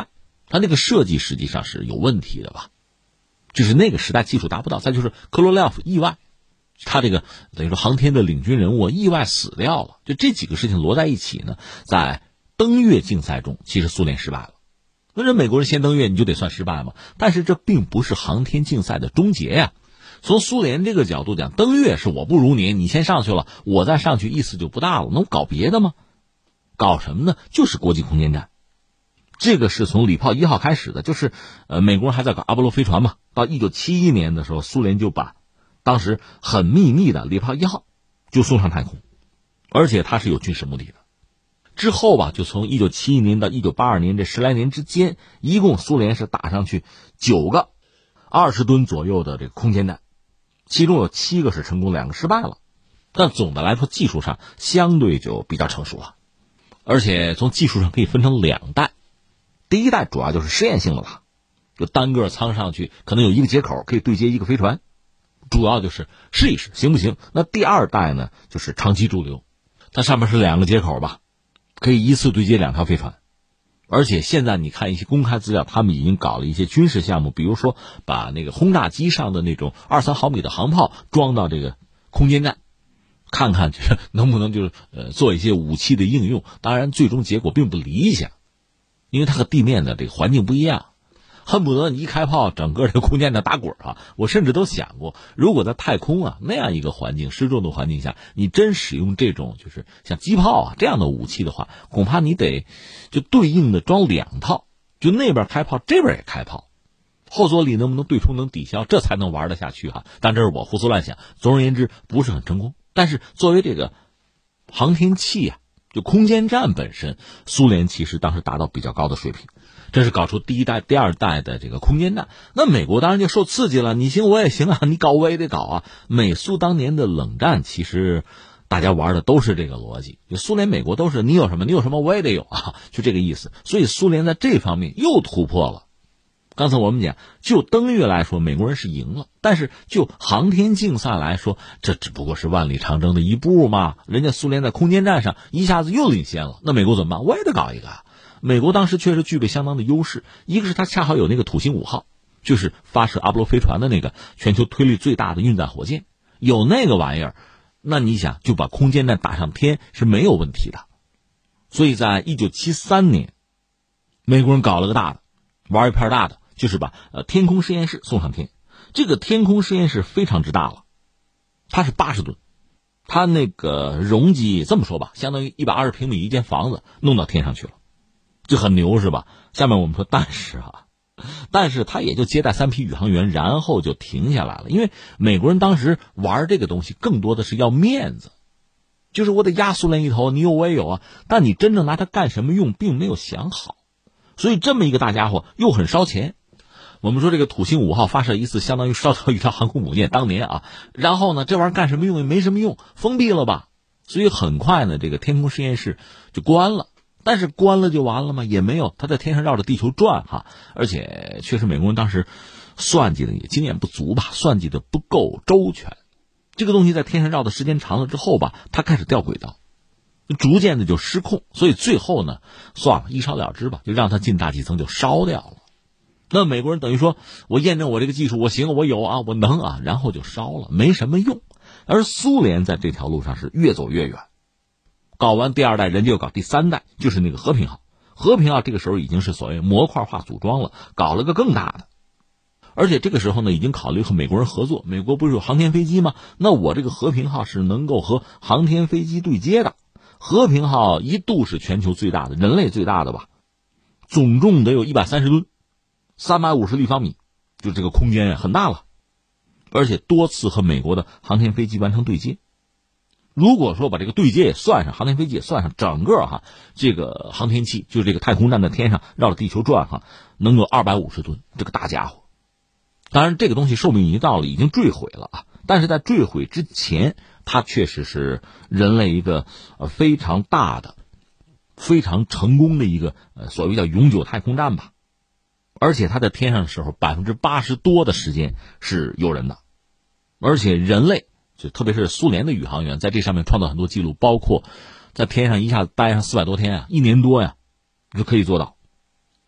它那个设计实际上是有问题的吧，就是那个时代技术达不到。再就是科罗廖夫意外，他这个等于说航天的领军人物意外死掉了，就这几个事情摞在一起呢，在登月竞赛中，其实苏联失败了。那人美国人先登月，你就得算失败嘛？但是这并不是航天竞赛的终结呀。从苏联这个角度讲，登月是我不如你，你先上去了，我再上去意思就不大了。那我搞别的吗？搞什么呢？就是国际空间站。这个是从礼炮一号开始的，就是呃，美国人还在搞阿波罗飞船嘛。到一九七一年的时候，苏联就把当时很秘密的礼炮一号就送上太空，而且它是有军事目的的。之后吧，就从一九七一年到一九八二年这十来年之间，一共苏联是打上去九个二十吨左右的这个空间站，其中有七个是成功，两个失败了。但总的来说，技术上相对就比较成熟了，而且从技术上可以分成两代。第一代主要就是实验性的了，就单个舱上去可能有一个接口可以对接一个飞船，主要就是试一试行不行。那第二代呢，就是长期驻留，它上面是两个接口吧，可以一次对接两条飞船。而且现在你看一些公开资料，他们已经搞了一些军事项目，比如说把那个轰炸机上的那种二三毫米的航炮装到这个空间站，看看就是能不能就是呃做一些武器的应用。当然最终结果并不理想，因为它和地面的这个环境不一样，恨不得你一开炮整个这个空间站打滚啊！我甚至都想过，如果在太空啊那样一个环境失重的环境下，你真使用这种就是像机炮啊这样的武器的话，恐怕你得就对应的装两套，就那边开炮这边也开炮，后坐力能不能对冲能抵消，这才能玩得下去哈、啊。但这是我胡思乱想，总而言之不是很成功。但是作为这个航天器啊，就空间站本身，苏联其实当时达到比较高的水平，这是搞出第一代第二代的这个空间站。那美国当然就受刺激了，你行我也行啊，你搞我也得搞啊。美苏当年的冷战其实大家玩的都是这个逻辑，就苏联美国都是你有什么你有什么我也得有啊，就这个意思。所以苏联在这方面又突破了。刚才我们讲，就登月来说，美国人是赢了，但是就航天竞赛来说，这只不过是万里长征的一步嘛。人家苏联在空间站上一下子又领先了，那美国怎么办？我也得搞一个。美国当时确实具备相当的优势，一个是它恰好有那个土星五号，就是发射阿波罗飞船的那个全球推力最大的运载火箭，有那个玩意儿，那你想就把空间站打上天是没有问题的。所以在一九七三年，美国人搞了个大的，玩一片大的，就是把呃天空实验室送上天。这个天空实验室非常之大了，它是八十吨，它那个容积这么说吧，相当于一百二十平米一间房子弄到天上去了，就很牛是吧？下面我们说，但是啊，但是他也就接待三批宇航员，然后就停下来了。因为美国人当时玩这个东西更多的是要面子，就是我得压苏联一头，你有我也有啊，但你真正拿它干什么用并没有想好，所以这么一个大家伙又很烧钱。我们说这个土星五号发射一次相当于烧掉一条航空母舰，当年啊，然后呢这玩意儿干什么用也没什么用，封闭了吧，所以很快呢这个天空实验室就关了。但是关了就完了吗？也没有，它在天上绕着地球转哈，而且确实美国人当时算计的也经验不足吧，算计的不够周全。这个东西在天上绕的时间长了之后吧，它开始掉轨道，逐渐的就失控，所以最后呢，算了，一烧了之吧，就让它进大气层就烧掉了。那美国人等于说，我验证我这个技术，我行，我有啊，我能啊，然后就烧了，没什么用。而苏联在这条路上是越走越远，搞完第二代，人家又搞第三代，就是那个和平号。和平号这个时候已经是所谓模块化组装了，搞了个更大的。而且这个时候呢，已经考虑和美国人合作，美国不是有航天飞机吗？那我这个和平号是能够和航天飞机对接的。和平号一度是全球最大的，人类最大的吧，总重得有一百三十吨，三百五十立方米，就这个空间很大了，而且多次和美国的航天飞机完成对接。如果说把这个对接也算上，航天飞机也算上，整个哈这个航天器就是这个太空站在天上绕着地球转哈，能有二百五十吨，这个大家伙。当然这个东西寿命已经到了，已经坠毁了啊，但是在坠毁之前，它确实是人类一个呃非常大的、非常成功的一个呃所谓叫永久太空站吧。而且它在天上的时候，百分之八十多的时间是有人的，而且人类就特别是苏联的宇航员在这上面创造很多记录，包括在天上一下子待上四百多天啊，一年多呀，就可以做到。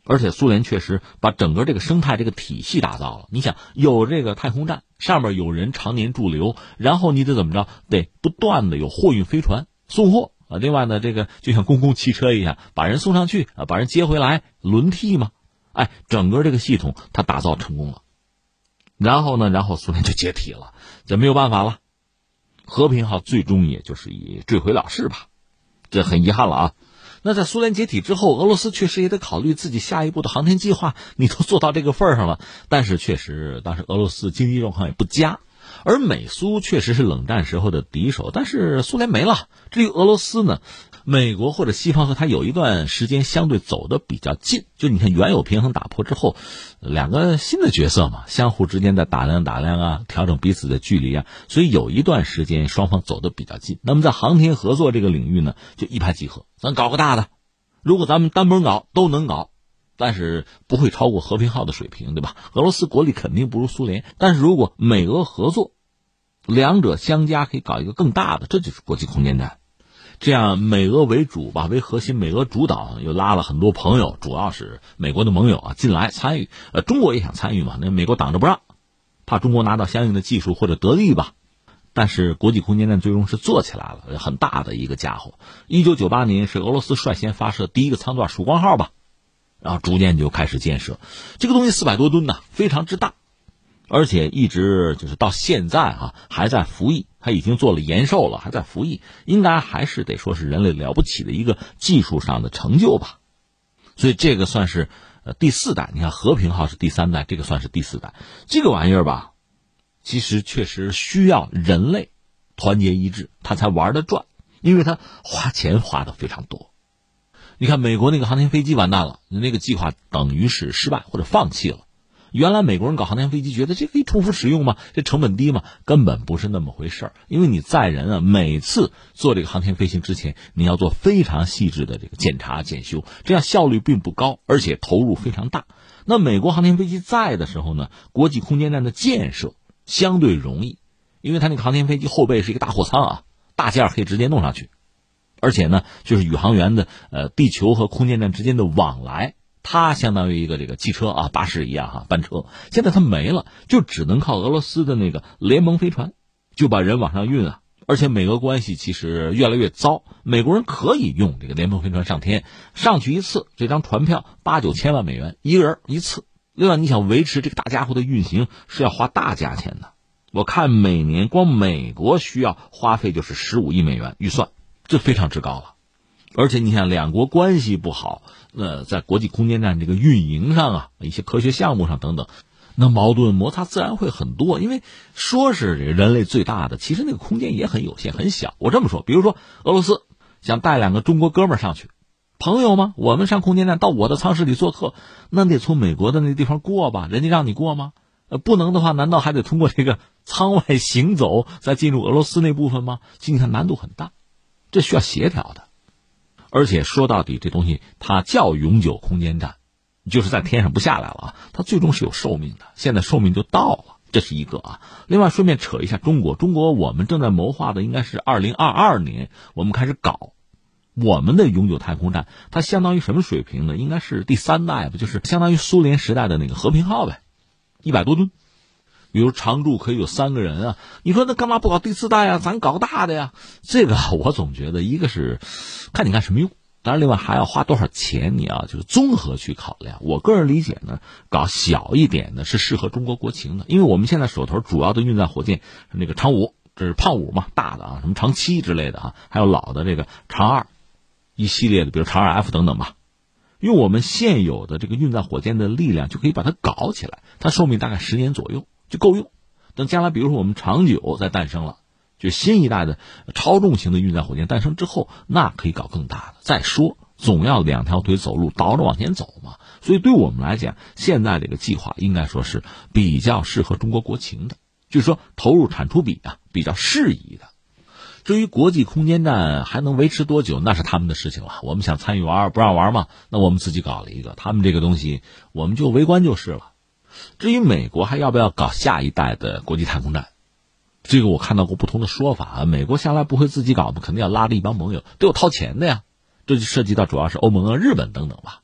而且苏联确实把整个这个生态这个体系打造了。你想有这个太空站，上面有人常年驻留，然后你得怎么着？得不断的有货运飞船送货啊。另外呢，这个就像公共汽车一样，把人送上去啊，把人接回来，轮替嘛。哎，整个这个系统它打造成功了。然后呢，然后苏联就解体了，这没有办法了。和平号最终也就是以坠毁了事吧，这很遗憾了啊。那在苏联解体之后，俄罗斯确实也得考虑自己下一步的航天计划，你都做到这个份儿上了。但是确实当时俄罗斯经济状况也不佳，而美苏确实是冷战时候的敌手，但是苏联没了。至于俄罗斯呢，美国或者西方和它有一段时间相对走得比较近，就你看原有平衡打破之后，两个新的角色嘛，相互之间在打量打量啊，调整彼此的距离啊，所以有一段时间双方走得比较近。那么在航天合作这个领域呢，就一拍即合，咱搞个大的，如果咱们单门搞都能搞，但是不会超过和平号的水平，对吧？俄罗斯国力肯定不如苏联，但是如果美俄合作，两者相加可以搞一个更大的，这就是国际空间站。这样美俄为主吧，为核心，美俄主导，又拉了很多朋友，主要是美国的盟友啊进来参与。呃，中国也想参与嘛，那美国挡着不让，怕中国拿到相应的技术或者得利吧。但是国际空间站最终是做起来了，很大的一个家伙。一九九八年是俄罗斯率先发射第一个舱段曙光号吧，然后逐渐就开始建设。这个东西四百多吨呢，非常之大。而且一直就是到现在啊还在服役，他已经做了延寿了，还在服役，应该还是得说是人类了不起的一个技术上的成就吧。所以这个算是呃第四代，你看和平号是第三代，这个算是第四代。这个玩意儿吧，其实确实需要人类团结一致，它才玩得转，因为它花钱花的非常多。你看美国那个航天飞机完蛋了，那个计划等于是失败或者放弃了。原来美国人搞航天飞机觉得这可以重复使用吗？这成本低吗？根本不是那么回事儿。因为你载人啊，每次做这个航天飞行之前，你要做非常细致的这个检查检修，这样效率并不高，而且投入非常大。那美国航天飞机在的时候呢，国际空间站的建设相对容易，因为它那个航天飞机后背是一个大货舱啊，大件可以直接弄上去，而且呢，就是宇航员的呃地球和空间站之间的往来。它相当于一个这个汽车啊，巴士一样哈，班车。现在它没了，就只能靠俄罗斯的那个联盟飞船，就把人往上运啊。而且美俄关系其实越来越糟，美国人可以用这个联盟飞船上天，上去一次，这张船票八九千万美元一个人一次。另外，你想维持这个大家伙的运行是要花大价钱的。我看每年光美国需要花费就是十五亿美元预算，这非常之高了。而且你看两国关系不好，呃，在国际空间站这个运营上啊，一些科学项目上等等，那矛盾摩擦自然会很多。因为说是人类最大的，其实那个空间也很有限很小。我这么说，比如说俄罗斯想带两个中国哥们儿上去，朋友吗？我们上空间站到我的舱室里做客，那得从美国的那地方过吧？人家让你过吗？呃，不能的话，难道还得通过这个舱外行走再进入俄罗斯那部分吗？你看难度很大，这需要协调的。而且说到底，这东西它叫永久空间站，就是在天上不下来了啊，它最终是有寿命的，现在寿命就到了，这是一个啊。另外顺便扯一下中国，中国我们正在谋划的应该是二零二二年我们开始搞我们的永久太空站，它相当于什么水平呢？应该是第三代吧，就是相当于苏联时代的那个和平号呗，一百多吨。比如常驻可以有三个人啊，你说那干嘛不搞第四代啊？咱搞大的呀。这个我总觉得一个是看你干什么用，当然另外还要花多少钱，你要就是综合去考量。我个人理解呢，搞小一点的是适合中国国情的，因为我们现在手头主要的运载火箭是那个长五，这是胖五嘛，大的啊，什么长七之类的啊，还有老的这个长二一系列的，比如长二 F 等等吧。用我们现有的这个运载火箭的力量就可以把它搞起来，它寿命大概十年左右就够用。等将来比如说我们长九再诞生了，就新一代的超重型的运载火箭诞生之后，那可以搞更大的。再说总要两条腿走路，倒着往前走嘛。所以对我们来讲，现在这个计划应该说是比较适合中国国情的，就是说投入产出比啊比较适宜的。至于国际空间站还能维持多久，那是他们的事情了。我们想参与玩不让玩嘛，那我们自己搞了一个，他们这个东西我们就围观就是了。至于美国还要不要搞下一代的国际太空站，这个我看到过不同的说法啊。美国向来不会自己搞，肯定要拉着一帮盟友，都有掏钱的呀。这就涉及到主要是欧盟啊、日本等等吧。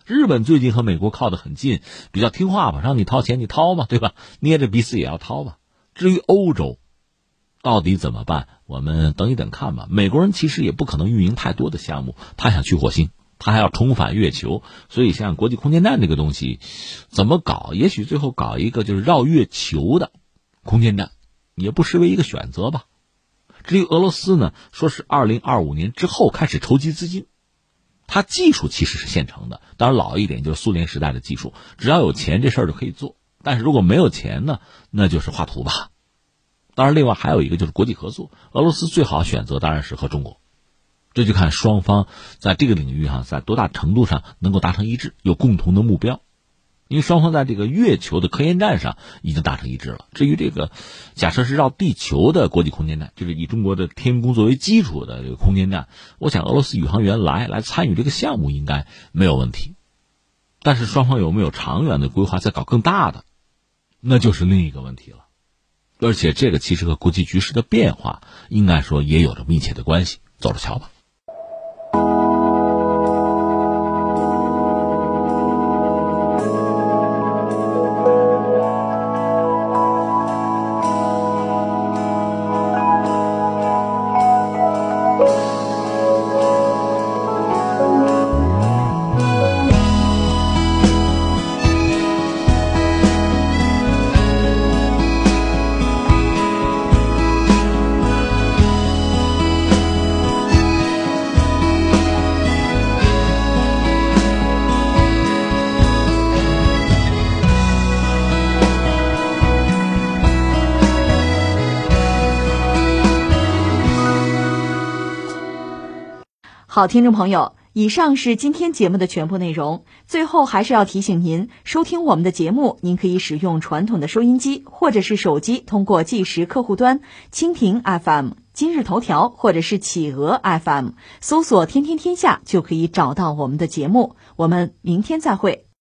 日本最近和美国靠得很近，比较听话吧，让你掏钱你掏吧，对吧？捏着鼻子也要掏吧。至于欧洲到底怎么办，我们等一等看吧。美国人其实也不可能运营太多的项目，他想去火星，他还要重返月球，所以像国际空间站这个东西怎么搞，也许最后搞一个就是绕月球的空间站，也不失为一个选择吧。至于俄罗斯呢，说是二零二五年之后开始筹集资金，它技术其实是现成的，当然老一点就是苏联时代的技术，只要有钱这事儿就可以做。但是如果没有钱呢，那就是画图吧。当然另外还有一个就是国际合作，俄罗斯最好选择当然是和中国，这就看双方在这个领域上在多大程度上能够达成一致，有共同的目标。因为双方在这个月球的科研站上已经达成一致了。至于这个假设是绕地球的国际空间站，就是以中国的天宫作为基础的这个空间站，我想俄罗斯宇航员来来参与这个项目应该没有问题。但是双方有没有长远的规划再搞更大的，那就是另一个问题了。而且这个其实和国际局势的变化应该说也有着密切的关系，走着瞧吧。
好，听众朋友，以上是今天节目的全部内容。最后还是要提醒您，收听我们的节目，您可以使用传统的收音机或者是手机，通过即时客户端蜻蜓 F M、今日头条或者是企鹅 F M 搜索天天天下就可以找到我们的节目。我们明天再会。